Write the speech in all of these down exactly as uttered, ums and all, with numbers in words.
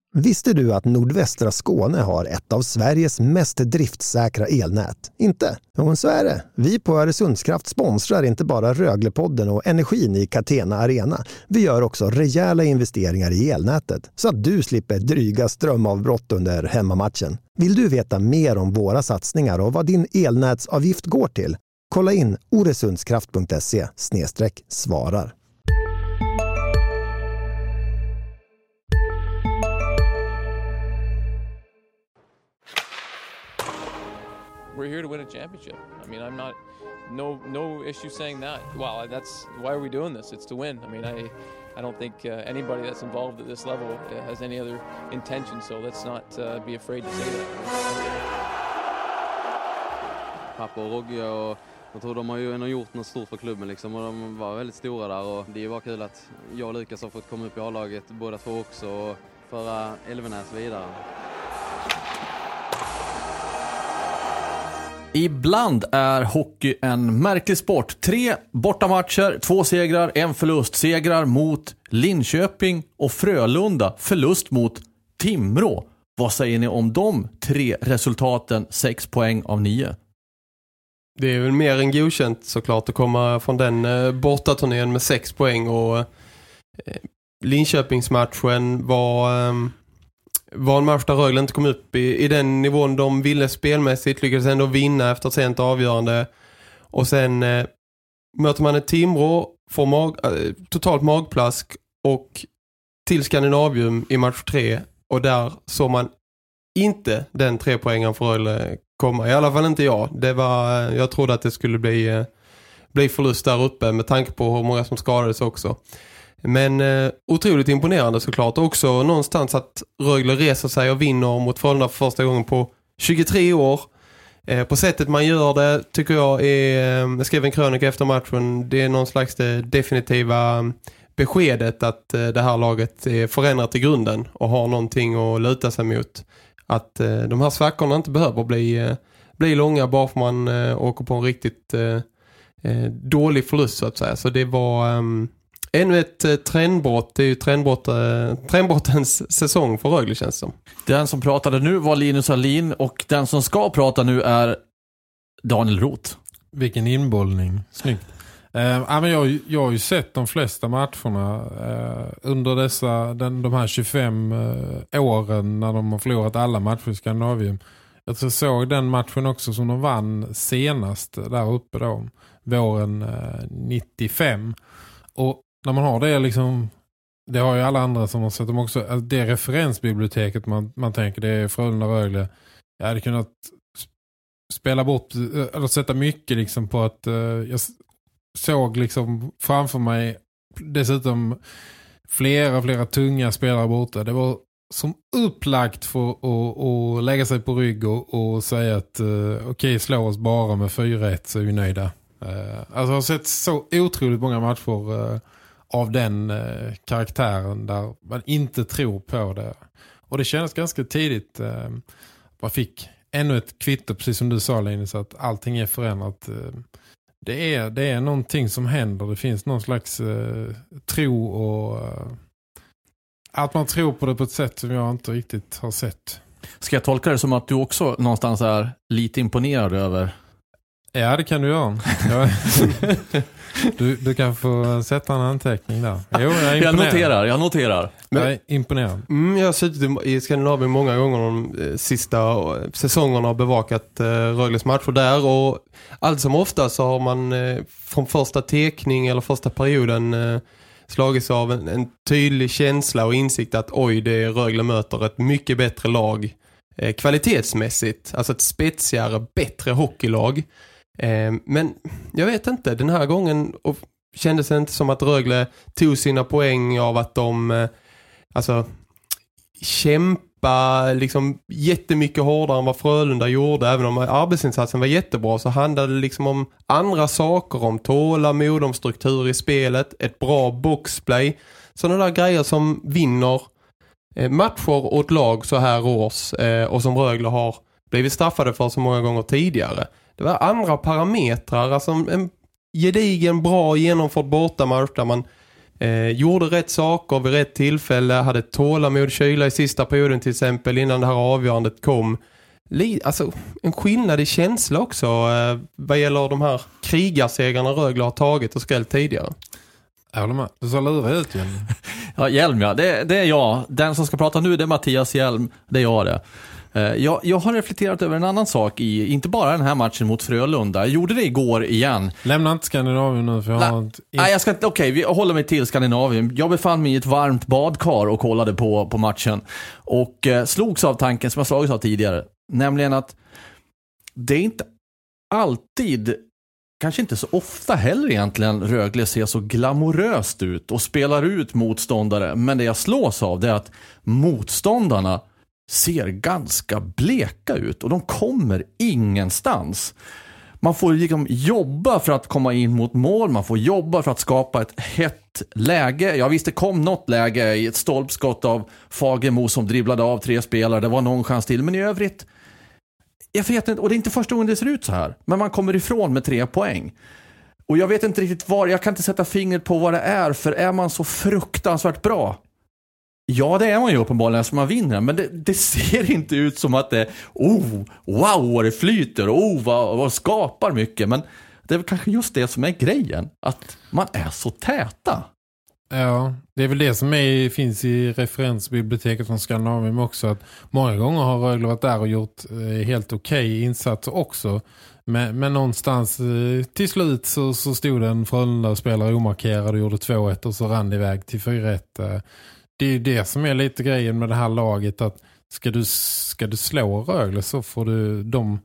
Visste du att nordvästra Skåne har ett av Sveriges mest driftsäkra elnät? Inte? Jo, så är det. Vi på Öresundskraft sponsrar inte bara Röglepodden och energin i Catena Arena. Vi gör också rejäla investeringar i elnätet så att du slipper dryga strömavbrott under hemmamatchen. Vill du veta mer om våra satsningar och vad din elnätsavgift går till? Kolla in oresundskraft punkt se snedstreck svarar. We're here to win a championship. I mean, I'm not, no, no issue saying that. Well, that's why are we doing this? It's to win. I mean, I, I don't think uh, anybody that's involved at this level uh, has any other intention. So let's not uh, be afraid to say that. Pappa och Rogge och jag tror de har ju ändå gjort något stort för klubben liksom, och de var väldigt stora där, och det var kul att jag och Lukas har fått komma upp i A-laget båda två också och föra Elvenäs vidare. Ibland är hockey en märklig sport. Tre bortamatcher, två segrar, en förlust. Segrar mot Linköping och Frölunda. Förlust mot Timrå. Vad säger ni om de tre resultaten? Sex poäng av nio. Det är väl mer än godkänt såklart att komma från den eh, bortaturnén med sex poäng. Och eh, Linköpingsmatchen var... Eh, var en match där Rögle inte kom upp i, i den nivån de ville spelmässigt, lyckades ändå vinna efter sent avgörande. Och sen eh, möter man ett Timrå, får mag, eh, totalt magplask och till Skandinavium i match tre, och där såg man inte den tre poängen för Rögle komma. I alla fall inte jag. Det var, jag trodde att det skulle bli, eh, bli förlust där uppe med tanke på hur många som skadades också. Men eh, otroligt imponerande såklart. Också någonstans att Rögle reser sig och vinner mot Frölunda för första gången på tjugotre år. Eh, på sättet man gör det tycker jag är, jag skrev en krönika efter matchen, det är någon slags det definitiva beskedet att eh, det här laget är förändrat i grunden och har någonting att luta sig mot. Att eh, de här svackorna inte behöver bli, eh, bli långa bara för man eh, åker på en riktigt eh, eh, dålig förlust så att säga. Så det var... Eh, Ännu ett eh, trendbrott, det är ju trendbrott, eh, trendbrottens säsong för Rögle känns som. Den som pratade nu var Linus Alin och den som ska prata nu är Daniel Roth. Vilken inbollning, snyggt. Eh, ja, men jag, jag har ju sett de flesta matcherna eh, under dessa, den, de här tjugofem eh, åren när de har förlorat alla matcher i Skandinavium. Jag såg den matchen också som de vann senast där uppe då, våren eh, nittiofem. Och när man har det liksom, det har ju alla andra som har sett dem också, alltså det referensbiblioteket man, man tänker, det är Frölunda Rögle. Jag hade kunnat spela bort, eller sätta mycket liksom på att uh, jag såg liksom framför mig dessutom flera, flera tunga spelare borta. Det var som upplagt för att, att lägga sig på rygg och, och säga att uh, okej, okay, slå oss bara med fyra ett så är vi nöjda. Uh, alltså jag har sett så otroligt många matcher uh, av den uh, karaktären där man inte tror på det. Och det kändes ganska tidigt. Uh, man fick ännu ett kvitto, precis som du sa Linus, att allting är förändrat. Uh, det, är, det är någonting som händer. Det finns någon slags uh, tro och uh, att man tror på det på ett sätt som jag inte riktigt har sett. Ska jag tolka det som att du också någonstans är lite imponerad över? Ja, det kan du göra. du, du kan få sätta en anteckning där. Jo, jag, jag noterar, jag noterar. Men, jag är imponerad. Mm, jag har suttit i Skandinavien många gånger de sista säsongerna och bevakat eh, Rögles matcher där. Och allt som ofta så har man eh, från första tekning eller första perioden eh, slagits av en, en tydlig känsla och insikt att oj, det är Rögle möter ett mycket bättre lag eh, kvalitetsmässigt. Alltså ett spetsigare, bättre hockeylag. Eh, men jag vet inte, den här gången och kändes det inte som att Rögle tog sina poäng av att de eh, alltså kämpa liksom jättemycket hårdare än vad Frölunda gjorde. Även om arbetsinsatsen var jättebra så handlade det liksom om andra saker, om tålamod, om struktur i spelet, ett bra boxplay, sådana där grejer som vinner eh, matcher åt lag så här års eh, och som Rögle har blivit straffade för så många gånger tidigare. Det var andra parametrar, alltså en gedigen, bra genomförd bortamatch där man Eh, gjorde rätt saker vid rätt tillfälle, hade tålamod, kyla i sista perioden till exempel innan det här avgörandet kom. Li- alltså, en skillnad i känsla också eh, vad gäller de här krigarsegarna Rögle har tagit och skrällt tidigare. Jag håller med. Du sa lurig ut igen. Ja, Hjelm, ja. Det, det är jag. Den som ska prata nu, det är Mattias Hjelm. Det är jag det. Jag, jag har reflekterat över en annan sak i, inte bara den här matchen mot Frölunda. Jag gjorde det igår igen. Lämna inte Skandinavien nu för jag har inte... Nej, jag ska inte, okej, vi håller mig till Skandinavien. Jag befann mig i ett varmt badkar och kollade på, på matchen. Och eh, slogs av tanken som jag slagits av tidigare. Nämligen att det är inte alltid, kanske inte så ofta heller egentligen, Rögle ser så glamoröst ut och spelar ut motståndare. Men det jag slås av det är att motståndarna ser ganska bleka ut och de kommer ingenstans. Man får liksom jobba för att komma in mot mål, man får jobba för att skapa ett hett läge. Ja visst, det kom något läge i ett stolpskott av Fagemo som dribblade av tre spelare, det var någon chans till, men i övrigt jag vet inte, och det är inte första gången det ser ut så här, men man kommer ifrån med tre poäng. Och jag vet inte riktigt var, jag kan inte sätta fingret på vad det är, för är man så fruktansvärt bra? Ja, det är man ju uppenbarligen som man vinner, men det, det ser inte ut som att det oh, wow, vad det flyter, oh, vad, vad skapar mycket, men det är väl kanske just det som är grejen, att man är så täta. Ja, det är väl det som är, finns i referensbiblioteket från Skandinavien också, att många gånger har Rögle varit där och gjort eh, helt okej okay insatser också. Men, men någonstans eh, till slut så, så stod en Frölunda-spelare omarkerad och gjorde två ett och så rann det iväg till fyra ett. Eh. Det är ju det som är lite grejen med det här laget, att ska du, ska du slå Rögle så får du de...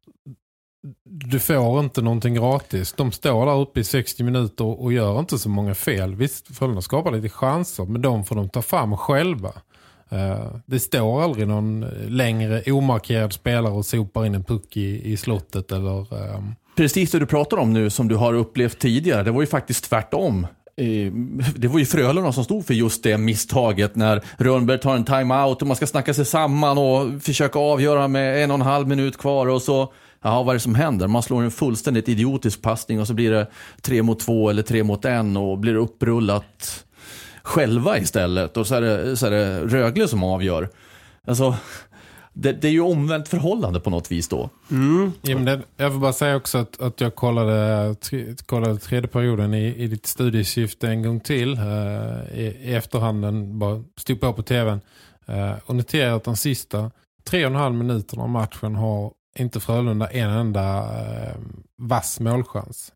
Du får inte någonting gratis. De står där uppe i sextio minuter och gör inte så många fel. Visst, Frölunda skapar lite chanser, men de får de ta fram själva. Uh, det står aldrig någon längre omarkerad spelare och sopar in en puck i, i slottet. Eller, um... Precis det du pratar om nu som du har upplevt tidigare, det var ju faktiskt tvärtom. Det var ju Frölunda som stod för just det misstaget när Rönnberg tar en timeout och man ska snacka sig samman och försöka avgöra med en och en halv minut kvar och så, ja, vad är det som händer? Man slår en fullständigt idiotisk passning och så blir det tre mot två eller tre mot en och blir upprullat själva istället och så är det, så är det Rögle som avgör. Alltså det, det är ju omvänt förhållande på något vis då. Mm. Ja, men det, jag vill bara säga också att, att jag kollade, tre, kollade tredje perioden i, i ditt studiesyfte en gång till uh, i, i efterhanden, bara stod på på tvn uh, och noterade att de sista tre och en halv minuterna av matchen har inte Frölunda en enda uh, vass målchans.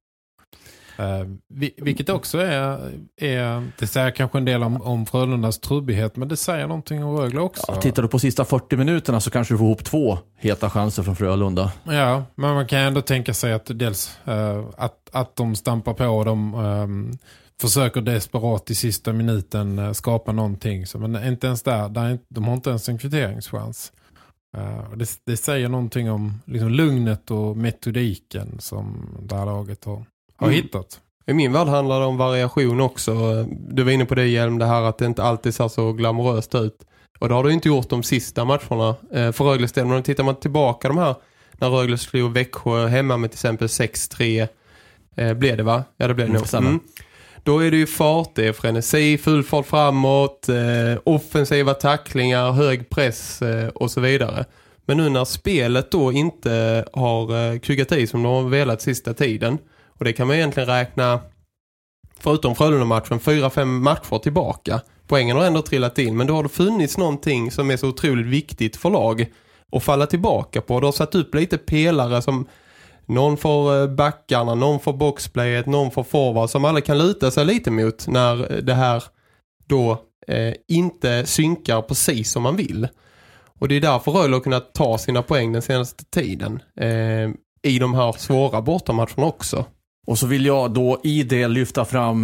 Uh, vilket också är, är det säger kanske en del om, om Frölundas trubbighet, men det säger någonting om Rögle också. Ja, tittar du på sista fyrtio minuterna så kanske du får ihop två heta chanser från Frölunda. Ja, men man kan ändå tänka sig att dels uh, att, att de stampar på och de um, försöker desperat i sista minuten uh, skapa någonting, så, men inte ens där, där de har inte ens en kvitteringschans. Uh, det, det säger någonting om liksom, lugnet och metodiken som det här laget har har mm. hittat. I min värld handlar det om variation också. Du var inne på det, Hjelm, det här att det inte alltid ser så glamoröst ut. Och det har du inte gjort de sista matcherna eh, för Rögles del. Men tittar man tillbaka de här, när Rögle slog Växjö hemma med till exempel sex tre eh, blev det va? Ja, det blev det nog. Mm. Då är det ju fart, det är frenesi, full fart framåt, eh, offensiva tacklingar, hög press eh, och så vidare. Men nu när spelet då inte har eh, kuggat i som de har velat sista tiden, och det kan man egentligen räkna, förutom Frölunda-matchen, fyra, fem matcher tillbaka. Poängen har ändå trillat in, men då har det funnits någonting som är så otroligt viktigt för lag att falla tillbaka på. Det har satt upp lite pelare som någon får backarna, någon får boxplayet, någon får forward, som alla kan luta sig lite mot när det här då eh, inte synkar precis som man vill. Och det är därför Rögle har kunnat ta sina poäng den senaste tiden eh, i de här svåra bortamatcherna också. Och så vill jag då i det lyfta fram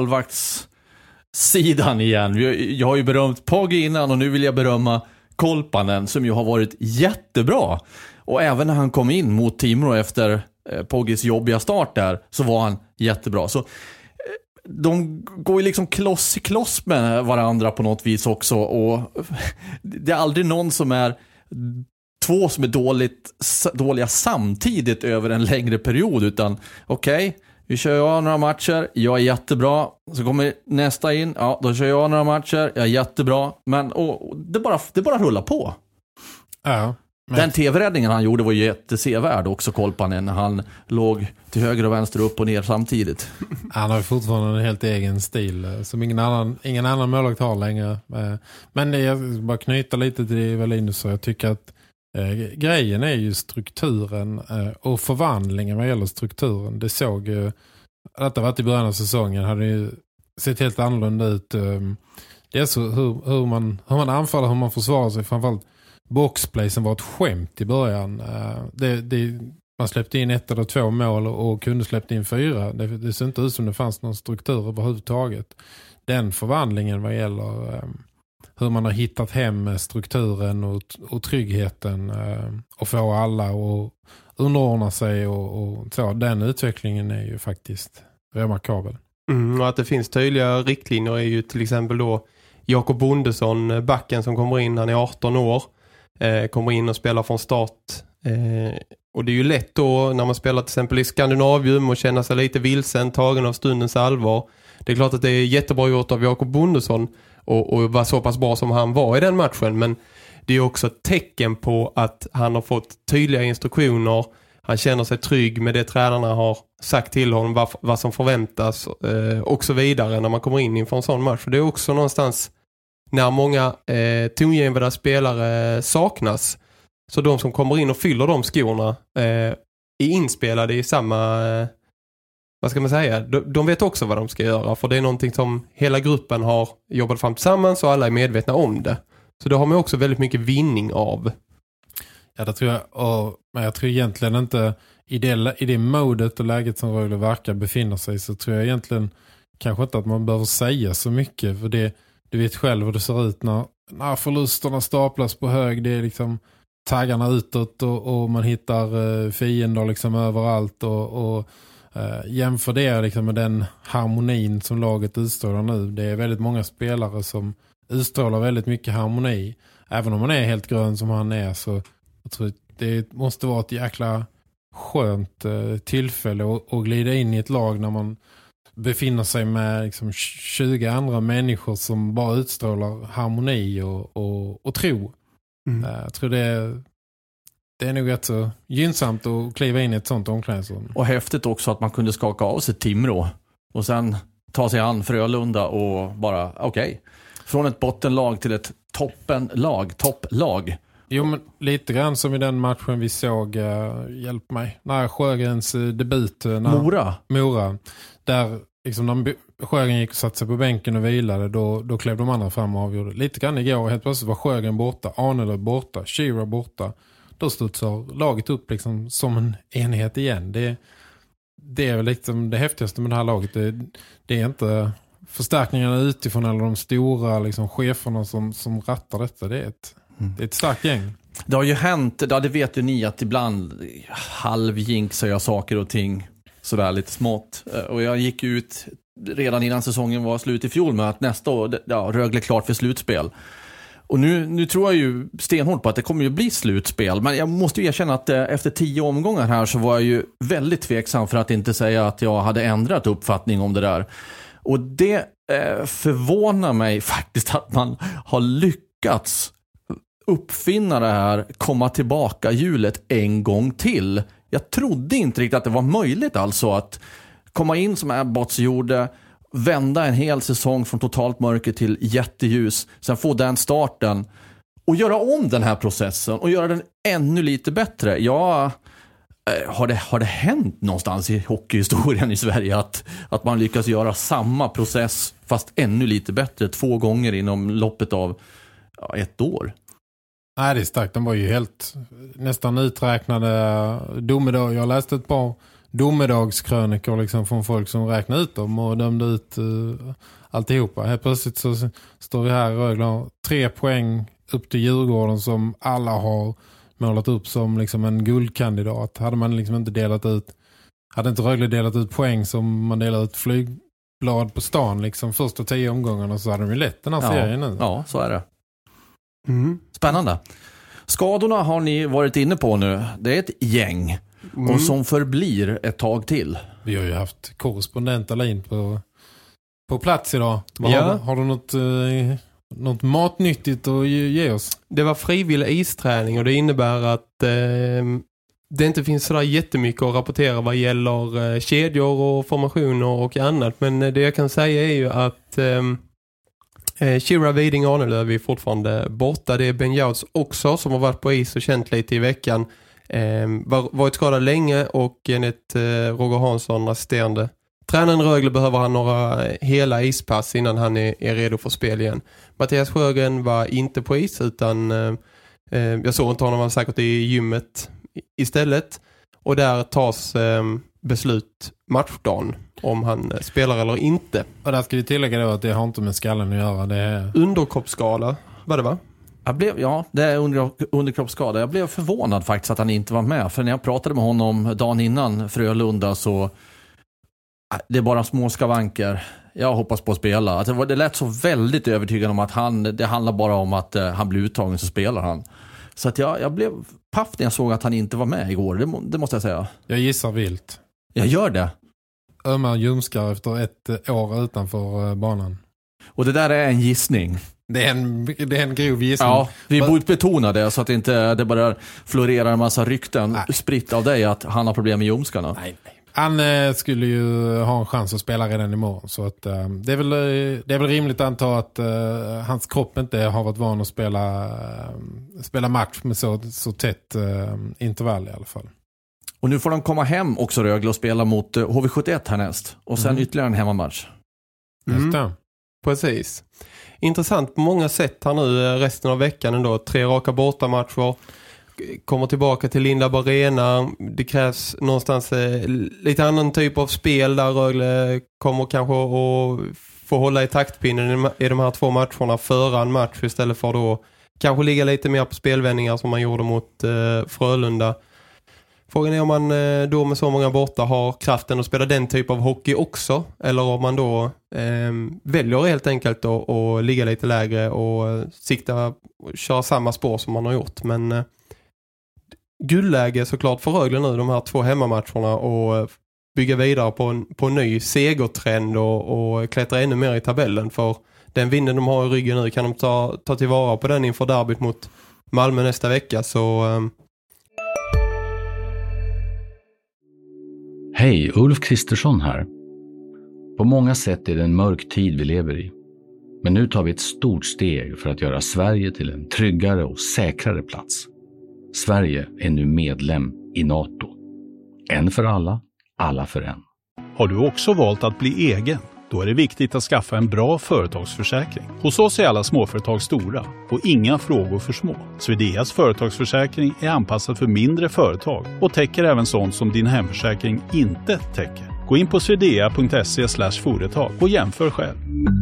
målvaktssidan igen. Jag har ju berömt Pogge innan och nu vill jag berömma Kolpanen som ju har varit jättebra. Och även när han kom in mot Timrå efter Pogges jobbiga start där så var han jättebra. Så de går ju liksom kloss i kloss med varandra på något vis också. Och det är aldrig någon som är två som är dåligt, dåliga samtidigt över en längre period, utan okej, okay, Vi kör jag några matcher, jag är jättebra. Så kommer nästa in, ja då kör jag några matcher, jag är jättebra. Men och, det, bara, det bara rullar på. Ja. Men... Den tv-räddningen han gjorde var ju jättesevärd också, Kolpanen, när han låg till höger och vänster, upp och ner samtidigt. Han har ju fortfarande en helt egen stil som ingen annan, ingen annan målvakt har längre. Men jag vill bara knyta lite till det Evelinus, så jag tycker att eh, grejen är ju strukturen eh, och förvandlingen vad gäller strukturen. Det såg ju, att det varit i början av säsongen hade ju sett helt annorlunda ut. Eh, det är så hur, hur, man, hur man anfaller, hur man försvarar sig, framförallt boxplay som var ett skämt i början. Det, det, man släppte in ett eller två mål och, och kunde släppte in fyra. Det, det ser inte ut som det fanns någon struktur överhuvudtaget. Den förvandlingen vad gäller um, hur man har hittat hem strukturen och, och tryggheten um, och få alla att underordna sig och, och så. Den utvecklingen är ju faktiskt remarkabel. Mm, och att det finns tydliga riktlinjer är ju till exempel då Jakob Bondesson, backen som kommer in, han är arton år. Eh, kommer in och spelar från start. Eh, och det är ju lätt då när man spelar till exempel i Skandinavium och känner sig lite vilsen, tagen av stundens allvar. Det är klart att det är jättebra gjort av Jakob Bondesson och, och var så pass bra som han var i den matchen. Men det är också ett tecken på att han har fått tydliga instruktioner. Han känner sig trygg med det tränarna har sagt till honom, vad, vad som förväntas eh, och så vidare när man kommer in inför en sån match. Och det är också någonstans när många eh, tongivande spelare saknas, så de som kommer in och fyller de skorna eh, är inspelade i samma, eh, vad ska man säga, de, de vet också vad de ska göra, för det är någonting som hela gruppen har jobbat fram tillsammans och alla är medvetna om det. Så det har man också väldigt mycket vinning av. Ja, det tror jag, och, men jag tror egentligen inte i det, i det modet och läget som Rögle verkar befinna sig, så tror jag egentligen kanske inte att man behöver säga så mycket, för det du vet själv hur det ser ut när, när förlusterna staplas på hög. Det är liksom taggarna utåt och, och man hittar uh, fiender liksom överallt. Och, och uh, jämför det liksom med den harmonin som laget utstrålar nu. Det är väldigt många spelare som utstrålar väldigt mycket harmoni. Även om man är helt grön som han är, så jag tror det måste vara ett jäkla skönt uh, tillfälle att, att glida in i ett lag när man befinner sig med liksom tjugo andra människor som bara utstrålar harmoni och, och, och tro. Mm. Jag tror det är, det är nog rätt så gynnsamt att kliva in i ett sånt omklädningsrum. Och häftigt också att man kunde skaka av sig Timrå och sen ta sig an Frölunda och bara, okej, okay, från ett bottenlag till ett toppenlag, topplag. Jo, men lite grann som i den matchen vi såg, uh, hjälp mig, när Sjögrens uh, debut. Uh, när, Mora. Mora. Där liksom, när Sjögren gick och satte sig på bänken och vilade, då, då klev de andra fram och avgjorde. Lite grann igår och helt plötsligt var Sjögren borta, Arnelöv borta, Shira borta. Då studsar laget upp liksom som en enhet igen. Det, det är väl liksom det häftigaste med det här laget. Det, det är inte förstärkningarna utifrån eller de stora liksom, cheferna som, som rattar detta. Det är ett, mm. det är ett starkt gäng. Det har ju hänt, ja, det vet ju ni, att ibland halvjinxar jag saker och ting sådär lite smått. Och jag gick ut redan innan säsongen var slut i fjol med att nästa år, ja, Rögle klart för slutspel. Och nu, nu tror jag ju stenhårt på att det kommer ju bli slutspel. Men jag måste ju erkänna att efter tio omgångar här så var jag ju väldigt tveksam, för att inte säga att jag hade ändrat uppfattning om det där. Och det eh, förvånar mig faktiskt att man har lyckats uppfinna det här komma tillbaka hjulet en gång till. Jag trodde inte riktigt att det var möjligt alltså att komma in som Abbots gjorde, vända en hel säsong från totalt mörker till jätteljus, sen få den starten och göra om den här processen och göra den ännu lite bättre. Ja, har det, har det hänt någonstans i hockeyhistorien i Sverige att, att man lyckas göra samma process fast ännu lite bättre två gånger inom loppet av ja, ett år? Nej, det är starkt. De var ju helt nästan uträknade domedag. Jag läste ett par domedagskrönikor liksom från folk som räknade ut dem och dömde ut uh, alltihopa. Helt plötsligt så står vi här i Rögle och tre poäng upp till Djurgården som alla har målat upp som liksom en guldkandidat. Hade man liksom inte delat ut, hade inte Rögle delat ut poäng som man delar ut flygblad på stan liksom första tio omgångarna, så hade de ju lätt den här ja, serien nu. Ja, så är det. Mm. Spännande. Skadorna har ni varit inne på nu. Det är ett gäng. mm. och som förblir ett tag till. Vi har ju haft korrespondent Alin på, på plats idag. Ja. Har, har du något, eh, något matnyttigt att ge, ge oss? Det var frivillig isträning och det innebär att eh, det inte finns sådär jättemycket att rapportera vad gäller eh, kedjor och formationer och annat. Men eh, det jag kan säga är ju att eh, Shira Widing Arnelöv är fortfarande borta. Det är Ben Jouds också som har varit på is och känt lite i veckan. Eh, var, varit skadad länge och enligt eh, Roger Hansson resterande. Tränaren Rögle behöver han några hela ispass innan han är, är redo för spel igen. Mattias Sjögren var inte på is utan eh, jag såg inte honom, var säkert i gymmet istället. Och där tas eh, beslut matchdagen om han spelar eller inte. Och där ska vi tillägga då att det har inte med skallen att göra. Det är underkroppsskada, vad det var? Jag blev, ja, det är under, underkroppsskada. Jag blev förvånad faktiskt att han inte var med. För när jag pratade med honom dagen innan Frölunda så det är bara små skavanker. Jag hoppas på att spela. Att det, var, det lät så väldigt övertygande om att han, det handlar bara om att uh, han blir uttagen så spelar han. Så att jag, jag blev paff när jag såg att han inte var med igår. Det, det måste jag säga. Jag gissar vilt. Jag gör det. Ömmar ljumskar efter ett år utanför uh, banan. Och det där är en gissning. Det är en, det är en grov gissning. Ja, vi borde betona det så att inte det bara florerar en massa rykten nej. spritt av dig att han har problem med ljumskarna. Nej, nej. Han eh, skulle ju ha en chans att spela redan imorgon. Så att, eh, det, är väl, det är väl rimligt att anta att eh, hans kropp inte har varit van att spela, eh, spela match med så, så tätt eh, intervall i alla fall. Och nu får de komma hem också Rögle och spela mot eh, H V sjuttioett härnäst. Och sen mm. ytterligare en hemmamatch. Mm. Just det. Precis. Intressant på många sätt här nu resten av veckan ändå. Tre raka bortamatcher. Kommer tillbaka till Lindab Arena. Det krävs någonstans eh, lite annan typ av spel där Rögle kommer kanske att få hålla i taktpinnen i de här två matcherna före en match istället för då kanske ligga lite mer på spelvändningar som man gjorde mot eh, Frölunda. Frågan är om man eh, då med så många borta har kraften att spela den typ av hockey också eller om man då eh, väljer helt enkelt att, att ligga lite lägre och sikta och köra samma spår som man har gjort. Men eh, guldläge såklart för Rögle nu de här två hemmamatcherna och bygga vidare på en, på en ny segertrend och, och klättra ännu mer i tabellen för den vinden de har i ryggen nu kan de ta, ta tillvara på den inför derbyt mot Malmö nästa vecka så eh... Hej, Ulf Kristersson här. På många sätt är det en mörk tid vi lever i. Men nu tar vi ett stort steg för att göra Sverige till en tryggare och säkrare plats. Sverige är nu medlem i NATO. En för alla, alla för en. Har du också valt att bli egen? Då är det viktigt att skaffa en bra företagsförsäkring. Hos oss är alla småföretag stora och inga frågor för små. Swedeas företagsförsäkring är anpassad för mindre företag och täcker även sånt som din hemförsäkring inte täcker. Gå in på swedea punkt se slash företag och jämför själv.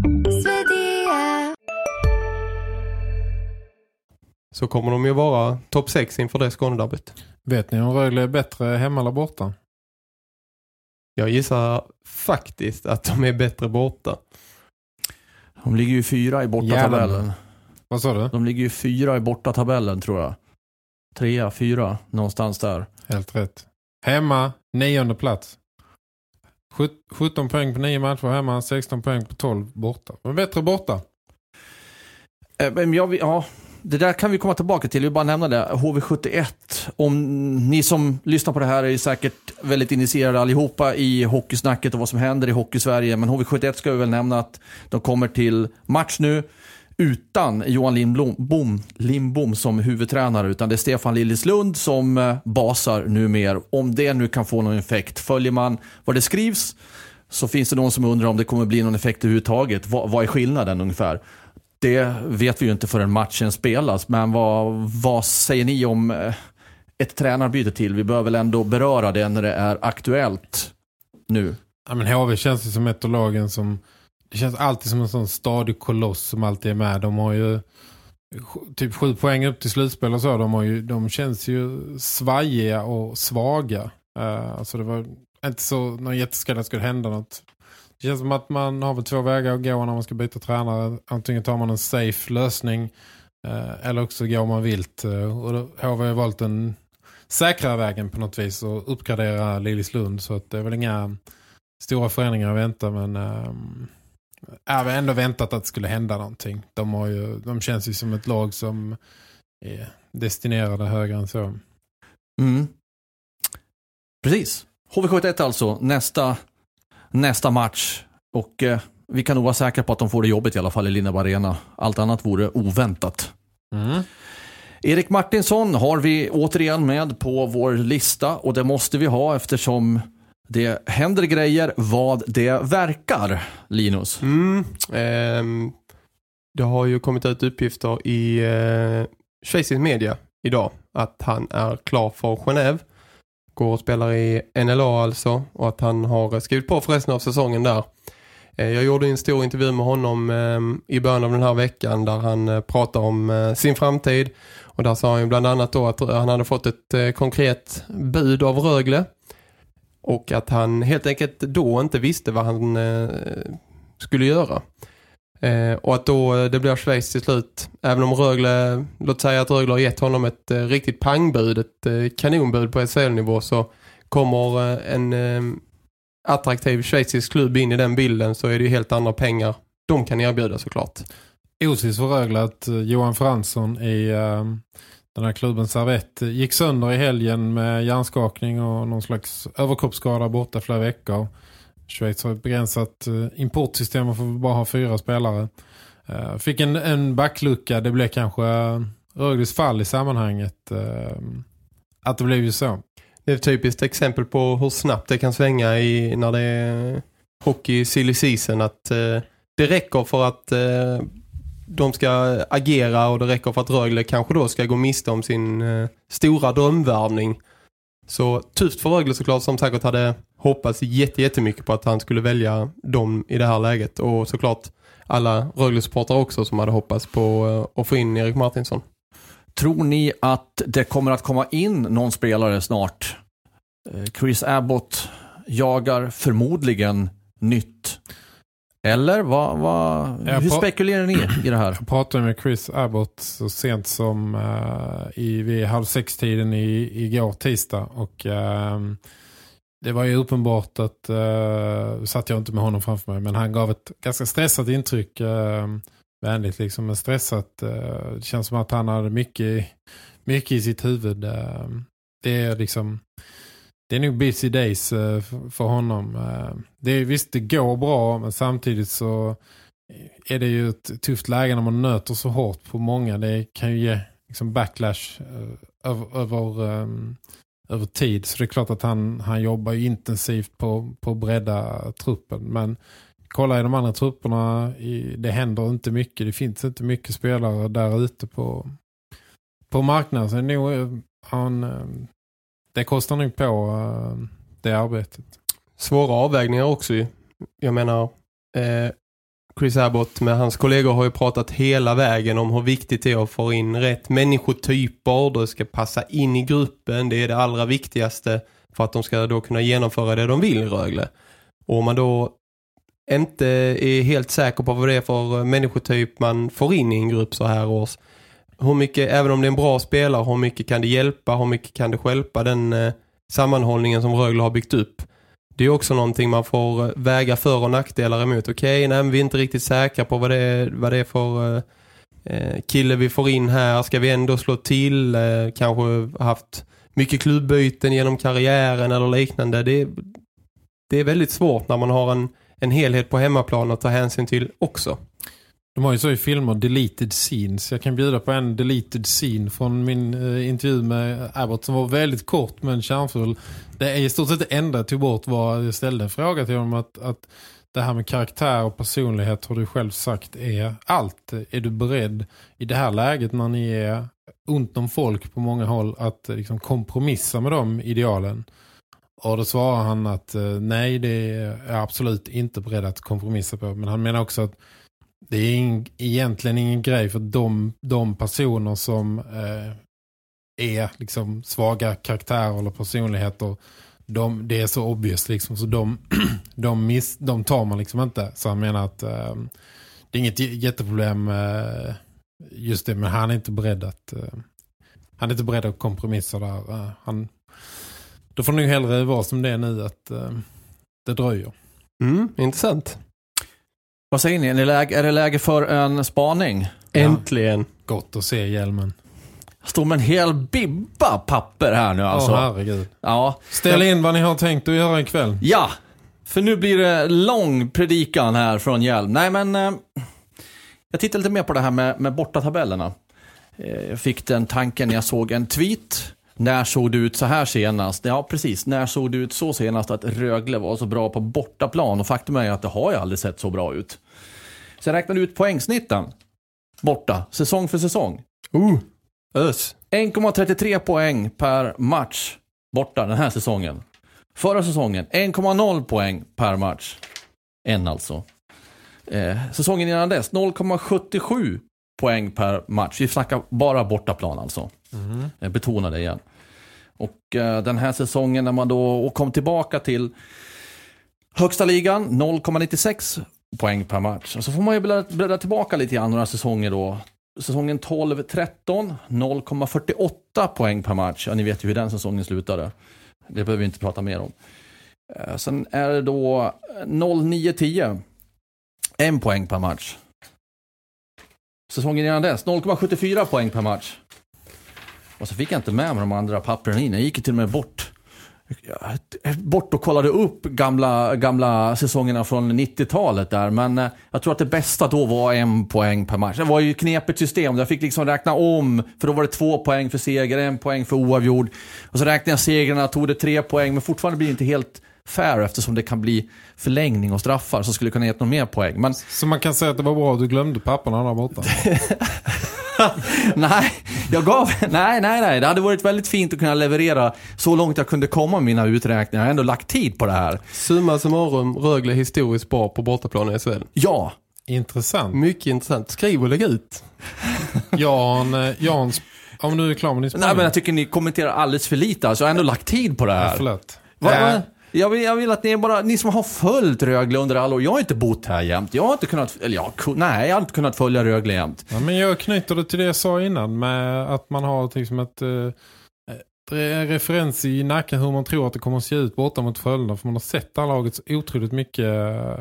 Så kommer de ju vara topp sex inför det Skånederbyt. Vet ni om Rögle är bättre hemma eller borta? Jag gissar faktiskt att de är bättre borta. De ligger ju fyra i bortatabellen. Vad sa du? De ligger ju fyra i bortatabellen tror jag. Trea, fyra, någonstans där. Helt rätt. Hemma, nionde plats. sjutton poäng på nio matcher hemma, sexton poäng på tolv borta. Men bättre borta. Men jag, ja, det där kan vi komma tillbaka till. Vi bara nämna det. H V sjuttioett. Om ni som lyssnar på det här är säkert väldigt initierade allihopa i hockeysnacket och vad som händer i Hockey-Sverige. Men H V sjuttioett ska vi väl nämna att de kommer till match nu utan Johan Lindblom, Bom, Lindbom som huvudtränare. Utan det är Stefan Liljeslund som basar nu mer. Om det nu kan få någon effekt. Följer man vad det skrivs så finns det någon som undrar om det kommer bli någon effekt överhuvudtaget. Vad, vad är skillnaden ungefär? Det vet vi ju inte förrän matchen spelas. Men vad, vad säger ni om ett tränarbyte till? Vi behöver väl ändå beröra det när det är aktuellt nu. Ja, men H V känns ju som ett av lagen som... Det känns alltid som en sån stadig koloss som alltid är med. De har ju typ sju poäng upp till slutspel och så. De, har ju, de känns ju svajiga och svaga. Uh, alltså det var inte så någon jätteskada skulle hända något. Det känns som att man har väl två vägar att gå när man ska byta tränare. Antingen tar man en safe lösning eh, eller också går man vilt. Och då har vi valt en säkra vägen på något vis och uppgradera Liljeslund, så att det är väl inga stora förändringar att vänta, men ähm, jag har ändå väntat att det skulle hända någonting. De, har ju, de känns ju som ett lag som är destinerade högre än så. Mm. Precis. H V sjuttioett alltså, nästa, nästa match. Och eh, vi kan nog vara säkra på att de får det jobbet i alla fall i Linnarp Arena. Allt annat vore oväntat. Mm. Erik Martinsson har vi återigen med på vår lista, och det måste vi ha eftersom det händer grejer vad det verkar, Linus. Mm, eh, det har ju kommit ut uppgifter i eh, schweizisk media idag att han är klar för Genève. Går och spelar i N L A alltså, och att han har skrivit på för resten av säsongen där. Eh, jag gjorde en stor intervju med honom eh, i början av den här veckan där han eh, pratar om eh, sin framtid. Och där sa han ju bland annat då att han hade fått ett eh, konkret bud av Rögle. Och att han helt enkelt då inte visste vad han eh, skulle göra. Eh, och att då det blir Schweiz till slut. Även om Rögle, låt säga att Rögle har gett honom ett eh, riktigt pangbud, ett eh, kanonbud på S H L-nivå, så kommer eh, en eh, attraktiv schweizisk klubb in i den bilden, så är det ju helt andra pengar de kan erbjuda såklart. Osis för Rögle att eh, Johan Fransson i eh, den här klubben Servett gick sönder i helgen med hjärnskakning och någon slags överkroppsskada borta flera veckor. Schweiz har ett begränsat importsystem och får bara ha fyra spelare. Fick en, en backlucka. Det blev kanske Rögles fall i sammanhanget. Att det blev ju så. Det är ett typiskt exempel på hur snabbt det kan svänga i, när det är hockey silly season. Att det räcker för att de ska agera, och det räcker för att Rögle kanske då ska gå miste om sin eh, stora drömvärvning. Så tufft för Rögle såklart, som säkert hade hoppats jätte, jättemycket på att han skulle välja dem i det här läget. Och såklart alla Rögle-supportrar också som hade hoppats på eh, att få in Erik Martinsson. Tror ni att det kommer att komma in någon spelare snart? Eh, Chris Abbott jagar förmodligen nytt. Eller vad, vad, hur spekulerar ni i det här? Jag pratade med Chris Abbott så sent som uh, i, vid halv sex-tiden i, igår tisdag. Och uh, det var ju uppenbart att, uh, satt jag inte med honom framför mig, men han gav ett ganska stressat intryck. Uh, vänligt liksom, men stressat. Uh, det känns som att han hade mycket, mycket i sitt huvud. Uh, det är liksom... Det är nog busy days för honom. Det är, visst, det går bra, men samtidigt så är det ju ett tufft läge när man nöter så hårt på många. Det kan ju ge liksom backlash över, över, över tid. Så det är klart att han, han jobbar ju intensivt på, på att bredda truppen. Men kolla i de andra trupperna, det händer inte mycket. Det finns inte mycket spelare där ute på, på marknaden. Så nog, han... Det kostar nog på uh, det arbetet. Svåra avvägningar också ju. Jag menar, eh, Chris Abbott med hans kollegor har ju pratat hela vägen om hur viktigt det är att få in rätt människotyper. Det ska passa in i gruppen. Det är det allra viktigaste för att de ska då kunna genomföra det de vill i Rögle. Och om man då inte är helt säker på vad det är för människotyp man får in i en grupp så här års, hur mycket, även om det är en bra spelare, hur mycket kan det hjälpa, hur mycket kan det hjälpa den eh, sammanhållningen som Rögle har byggt upp. Det är också någonting man får väga för- och nackdelar emot. Okej, nej, vi är inte riktigt säkra på vad det är, vad det är för eh, kille vi får in här. Ska vi ändå slå till? Eh, kanske haft mycket klubbyten genom karriären eller liknande. Det, det är väldigt svårt när man har en, en helhet på hemmaplan att ta hänsyn till också. De har ju så i filmer deleted scenes. Jag kan bjuda på en deleted scene från min eh, intervju med Abbott som var väldigt kort men kärnfull. Det är i stort sett det enda jag tog bort var jag ställde en fråga till dem att, att det här med karaktär och personlighet har du själv sagt är allt. Är du beredd i det här läget när ni är ont om folk på många håll att liksom kompromissa med de idealen? Och då svarar han att eh, nej, det är jag absolut inte beredd att kompromissa på. Men han menar också att det är ing, egentligen ingen grej för de, de personer som eh, är liksom svaga karaktärer eller personligheter. De, det är så obvious liksom, så de, de, miss, de tar man liksom inte. Så han menar att eh, det är inget jätteproblem eh, just det, men han är inte beredd att... Eh, han är inte beredd att kompromissa där. Uh, han, då får nog hellre vara som det är nu att uh, det dröjer. Mm, intressant. Vad säger ni? Är det läge, är det läge för en spaning? Äntligen. Ja, gott att se hjälmen. Står med en hel bibba papper här nu alltså. Åh, herregud. Ja. Ställ in vad ni har tänkt att göra ikväll. Ja, för nu blir det lång predikan här från Hjelm. Nej men, eh, jag tittar lite mer på det här med, med bortatabellerna. Eh, jag fick den tanken när jag såg en tweet. När såg det ut så här senast? Ja, precis. När såg det ut så senast att Rögle var så bra på bortaplan? Och faktum är att det har ju aldrig sett så bra ut. Så jag räknade ut poängsnitten. Borta, säsong för säsong. Uh, ös. en komma trettiotre poäng per match borta den här säsongen. Förra säsongen en komma noll poäng per match. En alltså. Eh, säsongen innan dess noll komma sjuttiosju poäng per match. Vi snackar bara bortaplan alltså. Mm. Jag betonar det igen. Och eh, den här säsongen när man då kom tillbaka till högsta ligan noll komma nittiosex poäng per match. Och så får man ju bläddra tillbaka lite grann några säsonger då. Säsongen tolv tretton noll komma fyrtioåtta poäng per match. Ja, ni vet ju hur den säsongen slutade. Det behöver vi inte prata mer om. Eh, sen är det då noll nio tio en poäng per match. Säsongen innan dess noll komma sjuttiofyra poäng per match. Och så fick jag inte med mig de andra pappren in. Jag gick till och med bort bort och kollade upp gamla, gamla säsongerna från nittiotalet där. Men eh, jag tror att det bästa då var en poäng per match. Det var ju knepigt system. Jag fick liksom räkna om. För då var det två poäng för seger, en poäng för oavgjord. Och så räknade jag segerna, tog det tre poäng. Men fortfarande blir det inte helt fair eftersom det kan bli förlängning och straffar. Så skulle det kunna ge någon mer poäng. Men... Så man kan säga att det var bra att du glömde papperna där borta. nej, jag gav nej, nej, nej. Det hade varit väldigt fint att kunna leverera så långt jag kunde komma med mina uträkningar. Jag har ändå lagt tid på det här. Summa summarum, Rögle historiskt bra på bortaplan i S H L. Ja. Intressant. Mycket intressant. Skriv och lägg ut. Jan, Jan, om du är klar med din spaning. Nej, men jag tycker ni kommenterar alldeles för lite. Alltså, jag har ändå lagt tid på det här. Ja, förlåt. Va, va? Jag vill, jag vill att ni är bara, ni som har följt Rögle under alla år. Jag har inte bott här jämt. Jag har inte kunnat, eller jag, nej, jag har inte kunnat följa Rögle jämt. Ja, men jag knyter det till det jag sa innan med att man har liksom ett eh, referens i nacken hur man tror att det kommer att se ut borta mot Frölunda. För man har sett alla laget så otroligt mycket eh,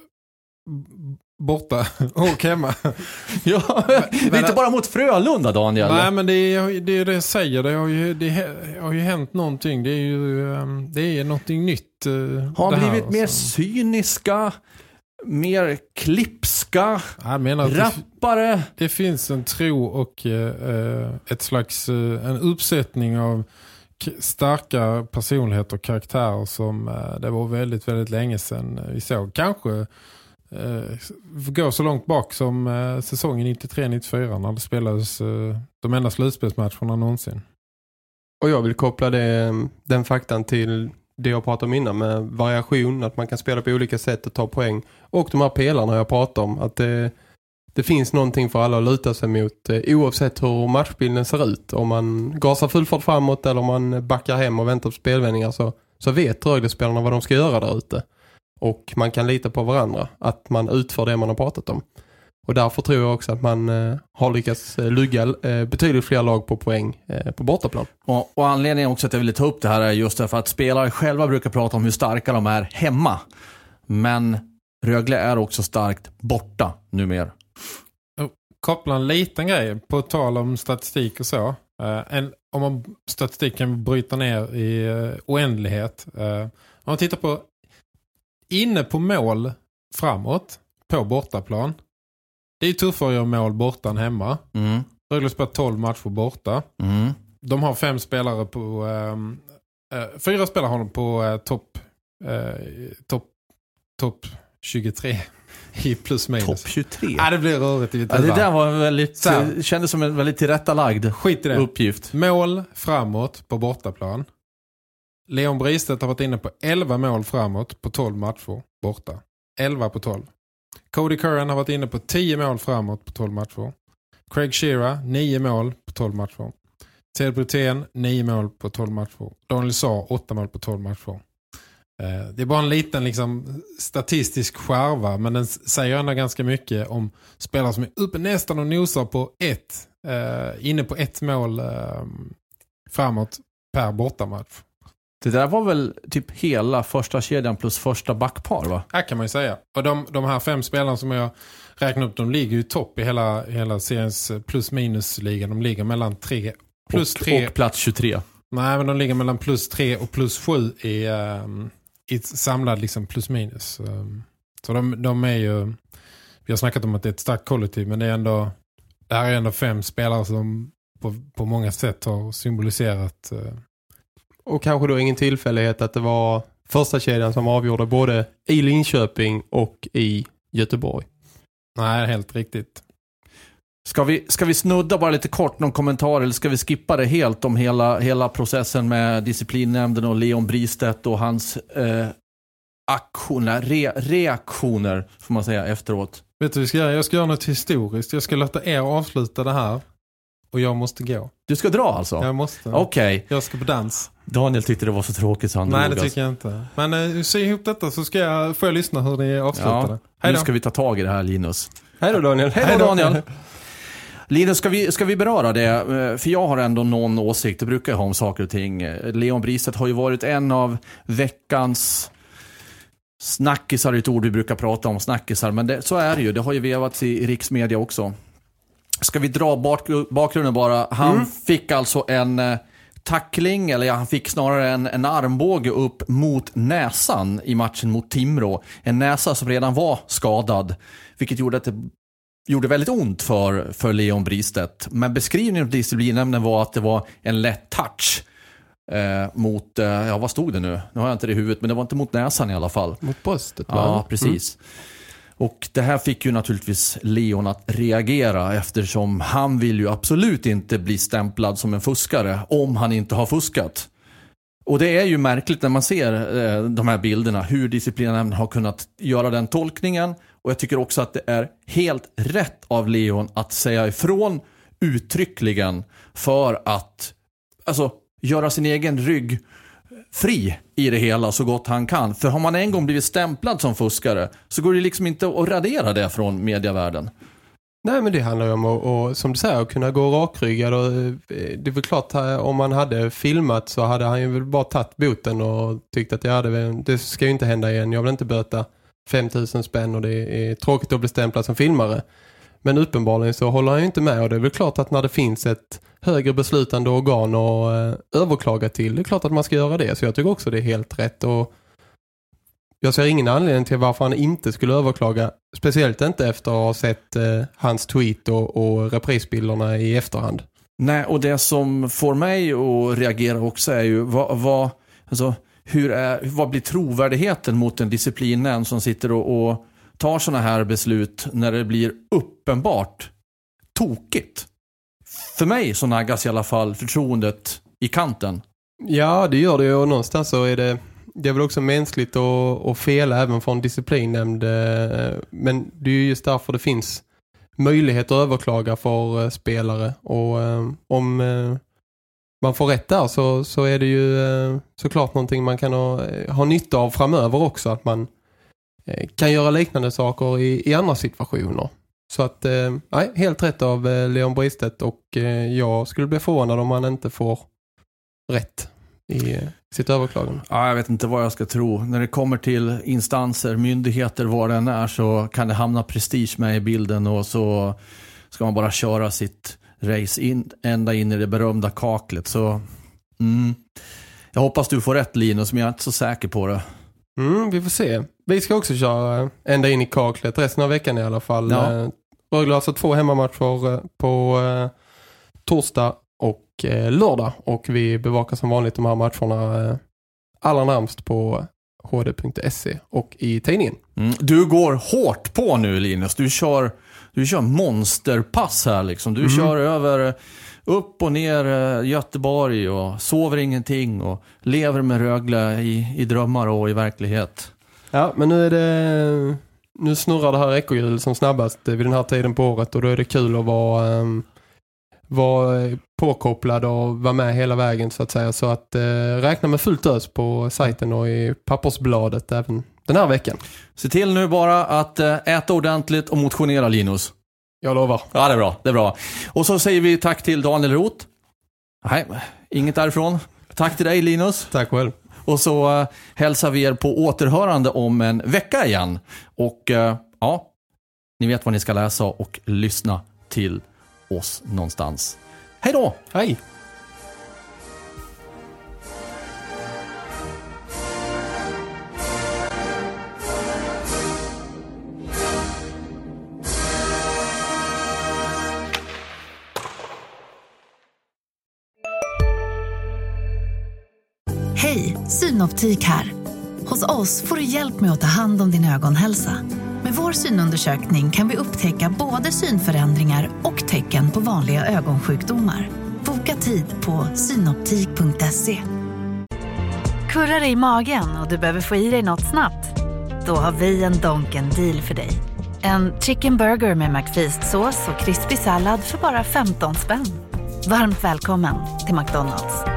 borta och hemma. Ja, det är inte bara mot Frölunda, Daniel. Nej, men det är det, är det jag säger. Det har, ju, det har ju hänt någonting. Det är ju det är någonting nytt. Har blivit här, mer alltså. cyniska, mer klipska, jag menar att rappare. Det, det finns en tro och eh, ett slags eh, en uppsättning av k- starka personligheter och karaktärer som eh, det var väldigt, väldigt länge sedan vi såg. Kanske Uh, går så långt bak som uh, säsongen nittiotre nittiofyra när det spelades uh, de enda slutspelsmatcherna någonsin. Och jag vill koppla det, den faktan till det jag pratade om innan med variation, att man kan spela på olika sätt och ta poäng. Och de här pelarna jag pratade om, att det, det finns någonting för alla att luta sig mot uh, oavsett hur matchbilden ser ut. Om man gasar fullfart framåt eller om man backar hem och väntar på spelvändningar så, så vet Rögle-spelarna vad de ska göra där ute. Och man kan lita på varandra. Att man utför det man har pratat om. Och därför tror jag också att man eh, har lyckats eh, lugga eh, betydligt fler lag på poäng eh, på bortaplan. Och, och anledningen också att jag ville ta upp det här är just därför att spelare själva brukar prata om hur starka de är hemma. Men Rögle är också starkt borta numera. Koppla en liten grej på tal om statistik och så. Uh, en, om man statistik kan bryta ner i uh, oändlighet. Uh, om man tittar på inne på mål framåt på bortaplan. Det är tuffare att göra mål borta än hemma. Mm. Rögle spelar tolv matcher borta. Mm. De har fem spelare på... Äh, äh, fyra spelare har de på äh, topp äh, top, top tjugotre i plus minus. Topp tjugotre? Ja, det blir rörigt. I ja, det där var väldigt... kändes som en väldigt tillrättalagd Skit i det. uppgift. Mål framåt på bortaplan. Leon Bristedt har varit inne på elva mål framåt på tolv matcher borta. elva på tolv. Cody Curran har varit inne på tio mål framåt på tolv matcher. Craig Shearer, nio mål på tolv matcher. Ted Brutén, nio mål på tolv matcher. Daniel Saar, åtta mål på tolv matcher. Det är bara en liten liksom, statistisk skärva, men den säger ändå ganska mycket om spelare som är uppe nästan och nosar på ett, eh, inne på ett mål eh, framåt per bortamatch. Det där var väl typ hela första kedjan plus första backpar, va? Ja, kan man ju säga. Och de, de här fem spelarna som jag räknar upp, de ligger ju topp i hela, hela seriens plus-minus-ligan. De ligger mellan tre plus och, tre. Och plats tjugotre. Nej, men de ligger mellan plus tre och plus sju i... Um, i samlad liksom plus minus. Så de, de är ju, vi har snackat om att det är ett starkt kollektiv, men det är ändå, det här är ändå fem spelare som på, på många sätt har symboliserat. Och kanske då ingen tillfällighet att det var första kedjan som avgjorde både i Linköping och i Göteborg. Nej, helt riktigt. Ska vi, ska vi snudda bara lite kort någon kommentar, eller ska vi skippa det helt om hela, hela processen med disciplinnämnden och Leon Bristedt och hans eh, aktioner, re, reaktioner får man säga efteråt? Vet du, vi ska göra? Jag ska göra något historiskt. Jag ska låta er avsluta det här och jag måste gå. Du ska dra alltså? Jag måste. Okej. Okay. Jag ska på dans. Daniel tyckte det var så tråkigt så han Nej, drog det tycker alltså. jag inte. Men eh, se ihop detta så ska jag, får jag lyssna hur ni avslutar ja, det. Hej då. Nu ska vi ta tag i det här, Linus. Hej då, Daniel. Hej då, Daniel. Linus, ska vi, ska vi beröra det? För jag har ändå någon åsikt, det brukar jag ha om saker och ting. Leon Bristedt har ju varit en av veckans snackisar, ett ord vi brukar prata om, snackisar. Men det, så är det ju, det har ju vevats i, i riksmedia också. Ska vi dra bak, bakgrunden bara? Han mm. fick alltså en eh, tackling, eller ja, han fick snarare en, en armbåge upp mot näsan i matchen mot Timrå. En näsa som redan var skadad, vilket gjorde att det gjorde väldigt ont för, för Leon Bristedt. Men beskrivningen av disciplinnämnden var att det var en lätt touch eh, mot, eh, ja vad stod det nu? Nu har jag inte det i huvudet, men det var inte mot näsan i alla fall. Mot bröstet, va? Ja, precis. Mm. Och det här fick ju naturligtvis Leon att reagera, eftersom han vill ju absolut inte bli stämplad som en fuskare om han inte har fuskat. Och det är ju märkligt när man ser eh, de här bilderna, hur disciplinnämnden har kunnat göra den tolkningen. Och jag tycker också att det är helt rätt av Leon att säga ifrån uttryckligen för att alltså, göra sin egen rygg fri i det hela så gott han kan. För har man en gång blivit stämplad som fuskare så går det liksom inte att radera det från medievärlden. Nej, men det handlar ju om att, och, som du säger, att kunna gå rakryggad. Och det är väl klart, om man hade filmat så hade han ju väl bara tagit boten och tyckt att ja, det, det ska ju inte hända igen. Jag vill inte böta fem tusen spänn och det är tråkigt att bli stämplad som filmare. Men uppenbarligen så håller han ju inte med, och det är väl klart att när det finns ett högre beslutande organ och eh, överklaga till, det är klart att man ska göra det. Så jag tycker också det är helt rätt, och jag ser ingen anledning till varför han inte skulle överklaga, speciellt inte efter att ha sett eh, hans tweet och, och reprisbilderna i efterhand. Nej, och det som får mig att reagera också är ju vad, vad, alltså, hur är, vad blir trovärdigheten mot en disciplinen som sitter och, och tar såna här beslut när det blir uppenbart tokigt. För mig så naggas i alla fall förtroendet i kanten. Ja, det gör det ju, och någonstans så är det det är väl också mänskligt att, att fela även från disciplinnämnd, men det är ju just därför det finns möjlighet att överklaga för spelare, och om man får rätt där så, så är det ju såklart någonting man kan ha, ha nytta av framöver också, att man kan göra liknande saker i, i andra situationer. Så att, nej, helt rätt av Leon Bristedt, och jag skulle bli förvånad om man inte får rätt i sitt överklagande. Ja, jag vet inte vad jag ska tro. När det kommer till instanser, myndigheter, vad det än är, så kan det hamna prestige med i bilden, och så ska man bara köra sitt race in, ända in i det berömda kaklet. Så mm, jag hoppas du får rätt, Linus, men jag är inte så säker på det. Mm, vi får se. Vi ska också köra ända in i kaklet resten av veckan i alla fall. Ja. Rögle har alltså två hemmamatcher på eh, torsdag och eh, lördag, och vi bevakar som vanligt de här matcherna eh, allra närmst på h d punkt se och i tidningen. Mm. Du går hårt på nu, Linus. Du kör, du kör monsterpass här liksom. Du mm. kör över upp och ner Göteborg och sover ingenting och lever med Rögle i, i drömmar och i verklighet. Ja, men nu är det nu snurrar det här ekorrhjul som snabbast vid den här tiden på året, och då är det kul att vara, um, vara påkopplad och vara med hela vägen så att säga. Så att eh, räkna med fullt ös på sajten och i pappersbladet även den här veckan. Se till nu bara att äh, äta ordentligt och motionera, Linus. Jag lovar. Ja, det är bra. Det är bra. Och så säger vi tack till Daniel Roth. Nej, inget därifrån. Tack till dig, Linus. Tack själv. Och så äh, hälsar vi er på återhörande om en vecka igen. Och äh, ja, ni vet vad ni ska läsa och lyssna till oss någonstans. Hej då! Hej! Hej, Synoptik här. Hos oss får du hjälp med att ta hand om din ögonhälsa. Med vår synundersökning kan vi upptäcka både synförändringar och tecken på vanliga ögonsjukdomar. Boka tid på synoptik punkt se. Kurrar dig i magen och du behöver få i dig något snabbt? Då har vi en Donken deal för dig. En chicken burger med McFeast-sås och krispig sallad för bara femton spänn. Varmt välkommen till McDonald's.